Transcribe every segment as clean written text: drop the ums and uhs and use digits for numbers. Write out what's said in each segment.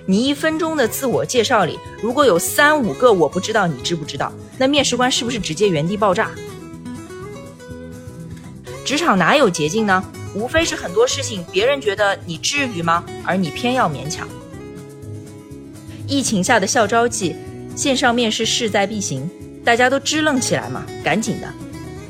你1分钟的自我介绍里，如果有3、5个我不知道，你知不知道？那面试官是不是直接原地爆炸？职场哪有捷径呢？无非是很多事情别人觉得你至于吗？而你偏要勉强。疫情下的校招季，线上面试势在必行，大家都支棱起来嘛，赶紧的。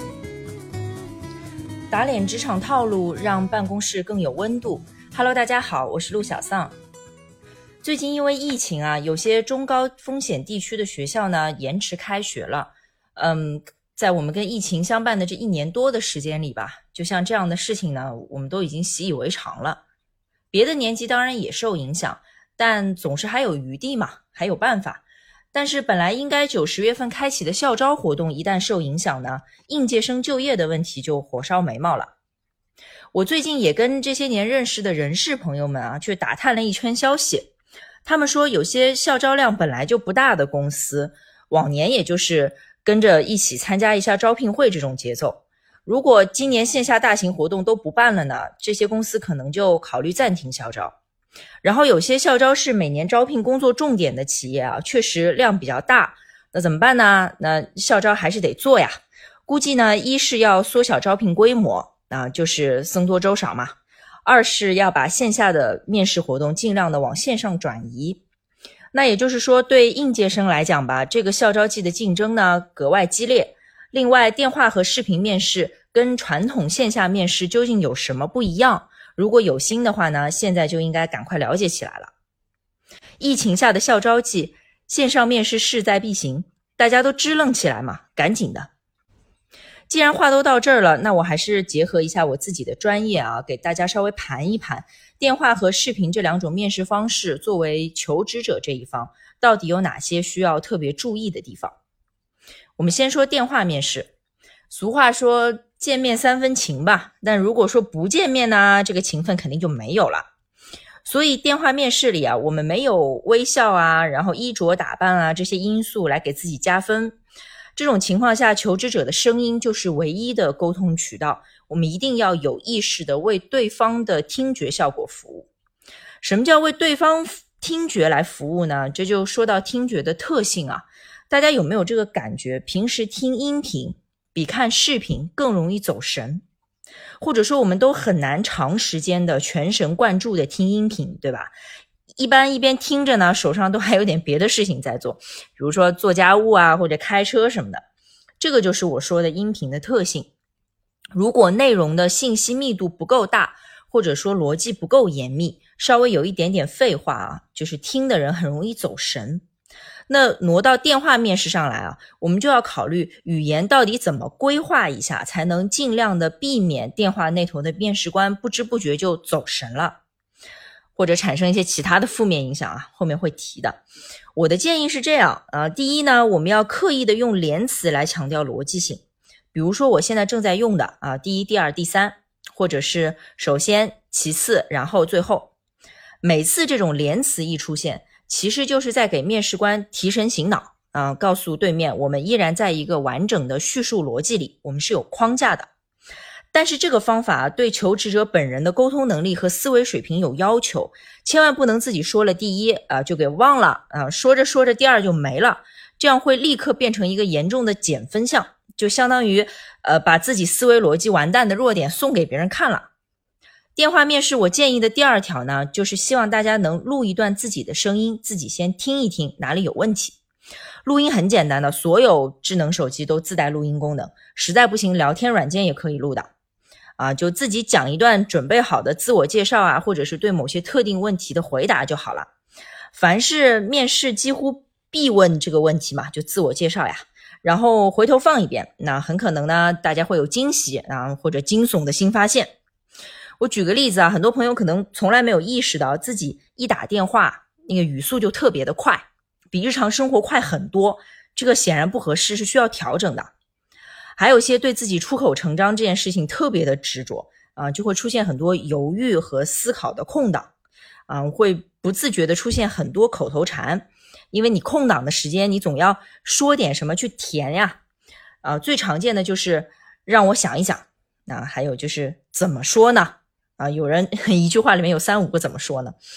打脸职场套路，让办公室更有温度。Hello， 大家好，我是陆小丧。最近因为疫情啊，有些中高风险地区的学校呢延迟开学了。在我们跟疫情相伴的这1年多的时间里吧，就像这样的事情呢，我们都已经习以为常了。别的年级当然也受影响，但总是还有余地嘛，还有办法。但是本来应该9、10月份开启的校招活动一旦受影响呢，应届生就业的问题就火烧眉毛了。我最近也跟这些年认识的人事朋友们啊，去打探了一圈消息。他们说有些校招量本来就不大的公司，往年也就是跟着一起参加一下招聘会这种节奏。如果今年线下大型活动都不办了呢，这些公司可能就考虑暂停校招。然后有些校招是每年招聘工作重点的企业啊，确实量比较大，那怎么办呢？那校招还是得做呀。估计呢，一是要缩小招聘规模，就是僧多粥少嘛。2是要把线下的面试活动尽量的往线上转移。那也就是说，对应届生来讲吧，这个校招季的竞争呢格外激烈。另外，电话和视频面试跟传统线下面试究竟有什么不一样？如果有心的话呢，现在就应该赶快了解起来了。疫情下的校招季，线上面试势在必行，大家都支棱起来嘛，赶紧的。既然话都到这儿了，那我还是结合一下我自己的专业啊，给大家稍微盘一盘电话和视频这2种面试方式，作为求职者这一方，到底有哪些需要特别注意的地方。我们先说电话面试。俗话说见面3分情吧，但如果说不见面呢，这个情分肯定就没有了。所以电话面试里啊，我们没有微笑啊，然后衣着打扮啊这些因素来给自己加分。这种情况下，求职者的声音就是唯一的沟通渠道，我们一定要有意识的为对方的听觉效果服务。什么叫为对方听觉来服务呢？这就说到听觉的特性啊。大家有没有这个感觉？平时听音频比看视频更容易走神，或者说我们都很难长时间的全神贯注的听音频，对吧？一般一边听着呢，手上都还有点别的事情在做，比如说做家务啊，或者开车什么的。这个就是我说的音频的特性。如果内容的信息密度不够大，或者说逻辑不够严密，稍微有一点点废话啊，就是听的人很容易走神。那挪到电话面试上来啊，我们就要考虑语言到底怎么规划一下，才能尽量的避免电话那头的面试官不知不觉就走神了，或者产生一些其他的负面影响啊，后面会提的。我的建议是这样第一呢，我们要刻意的用连词来强调逻辑性。比如说我现在正在用的第一、第二、第三，或者是首先、其次、然后、最后。每次这种连词一出现，其实就是在给面试官提神醒脑告诉对面我们依然在一个完整的叙述逻辑里，我们是有框架的。但是这个方法对求职者本人的沟通能力和思维水平有要求，千万不能自己说了第一就给忘了说着说着第二就没了，这样会立刻变成一个严重的减分项，就相当于把自己思维逻辑完蛋的弱点送给别人看了。电话面试我建议的第2条呢，就是希望大家能录一段自己的声音，自己先听一听哪里有问题。录音很简单的，所有智能手机都自带录音功能，实在不行聊天软件也可以录的就自己讲一段准备好的自我介绍或者是对某些特定问题的回答就好了。凡是面试几乎必问这个问题嘛，就自我介绍呀，然后回头放一遍，那很可能呢大家会有惊喜或者惊悚的新发现。我举个例子很多朋友可能从来没有意识到自己一打电话那个语速就特别的快，比日常生活快很多，这个显然不合适，是需要调整的。还有些对自己出口成章这件事情特别的执着就会出现很多犹豫和思考的空档会不自觉的出现很多口头禅，因为你空档的时间你总要说点什么去填呀最常见的就是让我想一想还有就是怎么说呢有人一句话里面有3、5个怎么说呢。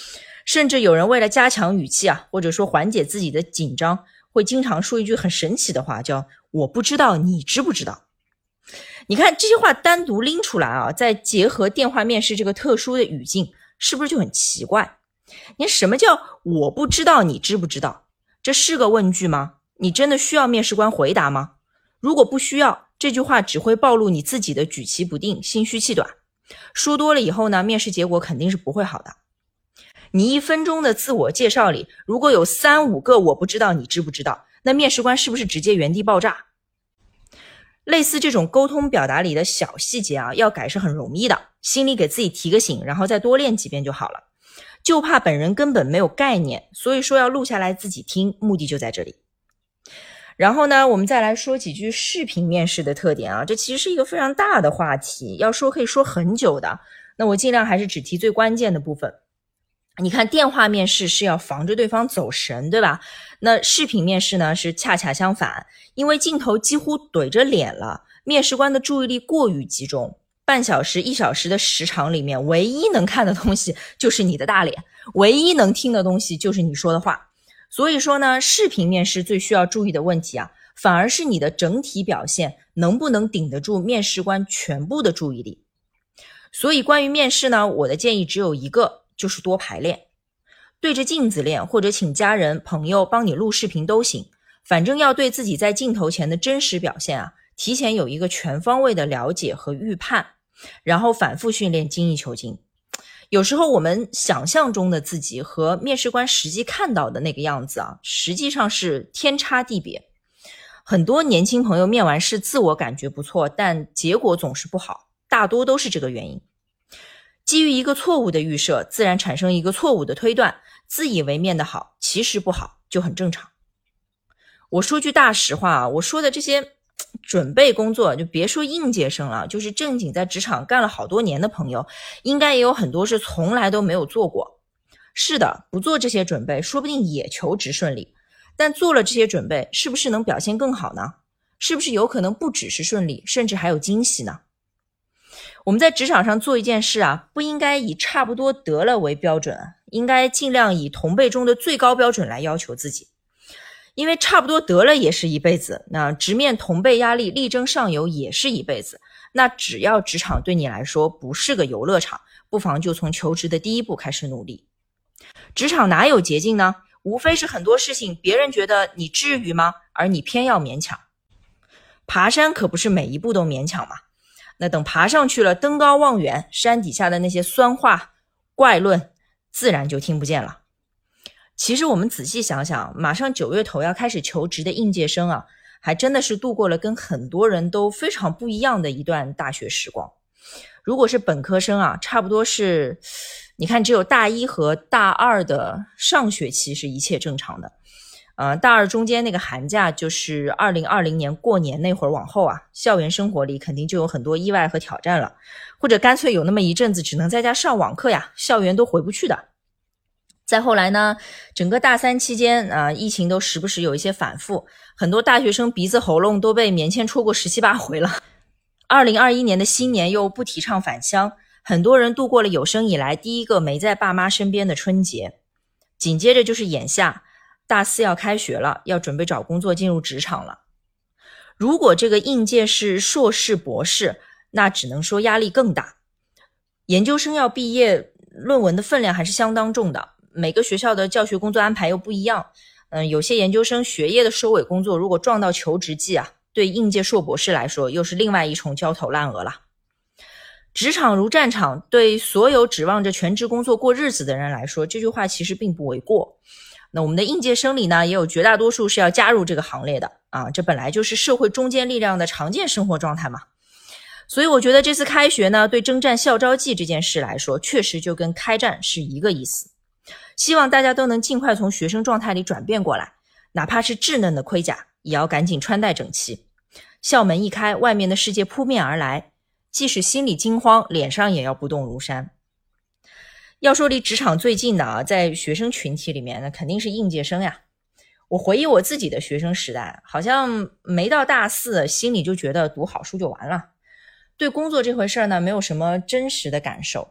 甚至有人为了加强语气啊，或者说缓解自己的紧张，会经常说一句很神奇的话，叫我不知道你知不知道。你看这些话单独拎出来啊，再结合电话面试这个特殊的语境，是不是就很奇怪？你看什么叫我不知道你知不知道？这是个问句吗？你真的需要面试官回答吗？如果不需要，这句话只会暴露你自己的举棋不定、心虚气短。说多了以后呢，面试结果肯定是不会好的。你1分钟的自我介绍里，如果有3、5个我不知道你知不知道，那面试官是不是直接原地爆炸？类似这种沟通表达里的小细节啊，要改是很容易的，心里给自己提个醒，然后再多练几遍就好了。就怕本人根本没有概念，所以说要录下来自己听，目的就在这里。然后呢，我们再来说几句视频面试的特点啊，这其实是一个非常大的话题，要说可以说很久的，那我尽量还是只提最关键的部分。你看电话面试是要防着对方走神，对吧？那视频面试呢是恰恰相反，因为镜头几乎怼着脸了，面试官的注意力过于集中，半小时、1小时的时长里面，唯一能看的东西就是你的大脸，唯一能听的东西就是你说的话。所以说呢，视频面试最需要注意的问题啊，反而是你的整体表现能不能顶得住面试官全部的注意力。所以关于面试呢，我的建议只有一个，就是多排练，对着镜子练，或者请家人朋友帮你录视频都行，反正要对自己在镜头前的真实表现啊，提前有一个全方位的了解和预判，然后反复训练，精益求精。有时候我们想象中的自己和面试官实际看到的那个样子啊，实际上是天差地别。很多年轻朋友面完试自我感觉不错，但结果总是不好，大多都是这个原因。基于一个错误的预设，自然产生一个错误的推断，自以为面的好，其实不好，就很正常。我说句大实话啊，我说的这些准备工作，就别说应届生了，就是正经在职场干了好多年的朋友，应该也有很多是从来都没有做过。是的，不做这些准备，说不定也求职顺利，但做了这些准备，是不是能表现更好呢？是不是有可能不只是顺利，甚至还有惊喜呢？我们在职场上做一件事啊，不应该以差不多得了为标准，应该尽量以同辈中的最高标准来要求自己。因为差不多得了也是一辈子，那直面同辈压力，力争上游也是一辈子。那只要职场对你来说不是个游乐场，不妨就从求职的第一步开始努力。职场哪有捷径呢？无非是很多事情别人觉得你至于吗？而你偏要勉强。爬山可不是每一步都勉强嘛。那等爬上去了，登高望远，山底下的那些酸话怪论自然就听不见了。其实我们仔细想想，马上9月头要开始求职的应届生啊，还真的是度过了跟很多人都非常不一样的一段大学时光。如果是本科生啊，差不多是你看只有大1和大2的上学期是一切正常的。大2中间那个寒假就是2020年过年那会儿往后啊，校园生活里肯定就有很多意外和挑战了，或者干脆有那么一阵子只能在家上网课呀，校园都回不去的。再后来呢，整个大3期间疫情都时不时有一些反复，很多大学生鼻子喉咙都被棉签戳过17、18回了。2021年的新年又不提倡返乡，很多人度过了有生以来第一个没在爸妈身边的春节。紧接着就是眼下大4要开学了，要准备找工作进入职场了。如果这个应届是硕士博士，那只能说压力更大。研究生要毕业，论文的分量还是相当重的，每个学校的教学工作安排又不一样。有些研究生学业的收尾工作如果撞到求职季啊，对应届硕博士来说又是另外一重焦头烂额了。职场如战场，对所有指望着全职工作过日子的人来说，这句话其实并不为过。那我们的应届生里呢，也有绝大多数是要加入这个行列的啊，这本来就是社会中坚力量的常见生活状态嘛。所以我觉得这次开学呢，对征战校招季这件事来说，确实就跟开战是一个意思。希望大家都能尽快从学生状态里转变过来，哪怕是稚嫩的盔甲，也要赶紧穿戴整齐。校门一开，外面的世界扑面而来，即使心里惊慌，脸上也要不动如山。要说离职场最近的啊，在学生群体里面，那肯定是应届生呀。我回忆我自己的学生时代，好像没到大4，心里就觉得读好书就完了。对工作这回事呢，没有什么真实的感受。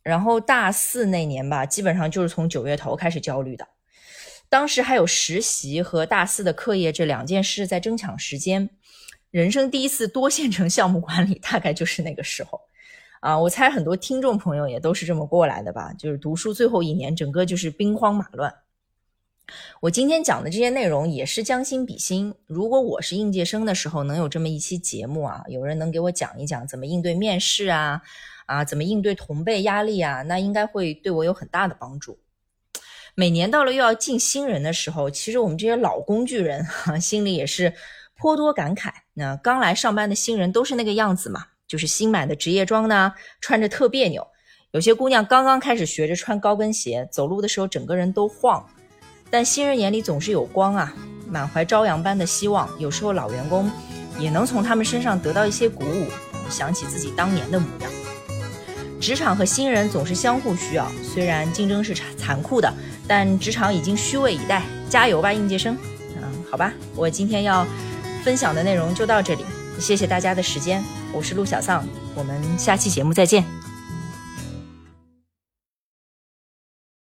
然后大4那年吧，基本上就是从9月头开始焦虑的。当时还有实习和大4的课业这2件事在争抢时间，人生第一次多线程项目管理大概就是那个时候我猜很多听众朋友也都是这么过来的吧，就是读书最后1年整个就是兵荒马乱。我今天讲的这些内容也是将心比心，如果我是应届生的时候能有这么一期节目有人能给我讲一讲怎么应对面试怎么应对同辈压力那应该会对我有很大的帮助。每年到了又要进新人的时候，其实我们这些老工具人心里也是颇多感慨。那刚来上班的新人都是那个样子嘛，就是新买的职业装呢，穿着特别扭，有些姑娘刚刚开始学着穿高跟鞋，走路的时候整个人都晃。但新人眼里总是有光满怀朝阳般的希望，有时候老员工也能从他们身上得到一些鼓舞，想起自己当年的模样。职场和新人总是相互需要，虽然竞争是残酷的，但职场已经虚位以待，加油吧应届生。好吧，我今天要分享的内容就到这里，谢谢大家的时间，我是陆小丧，我们下期节目再见。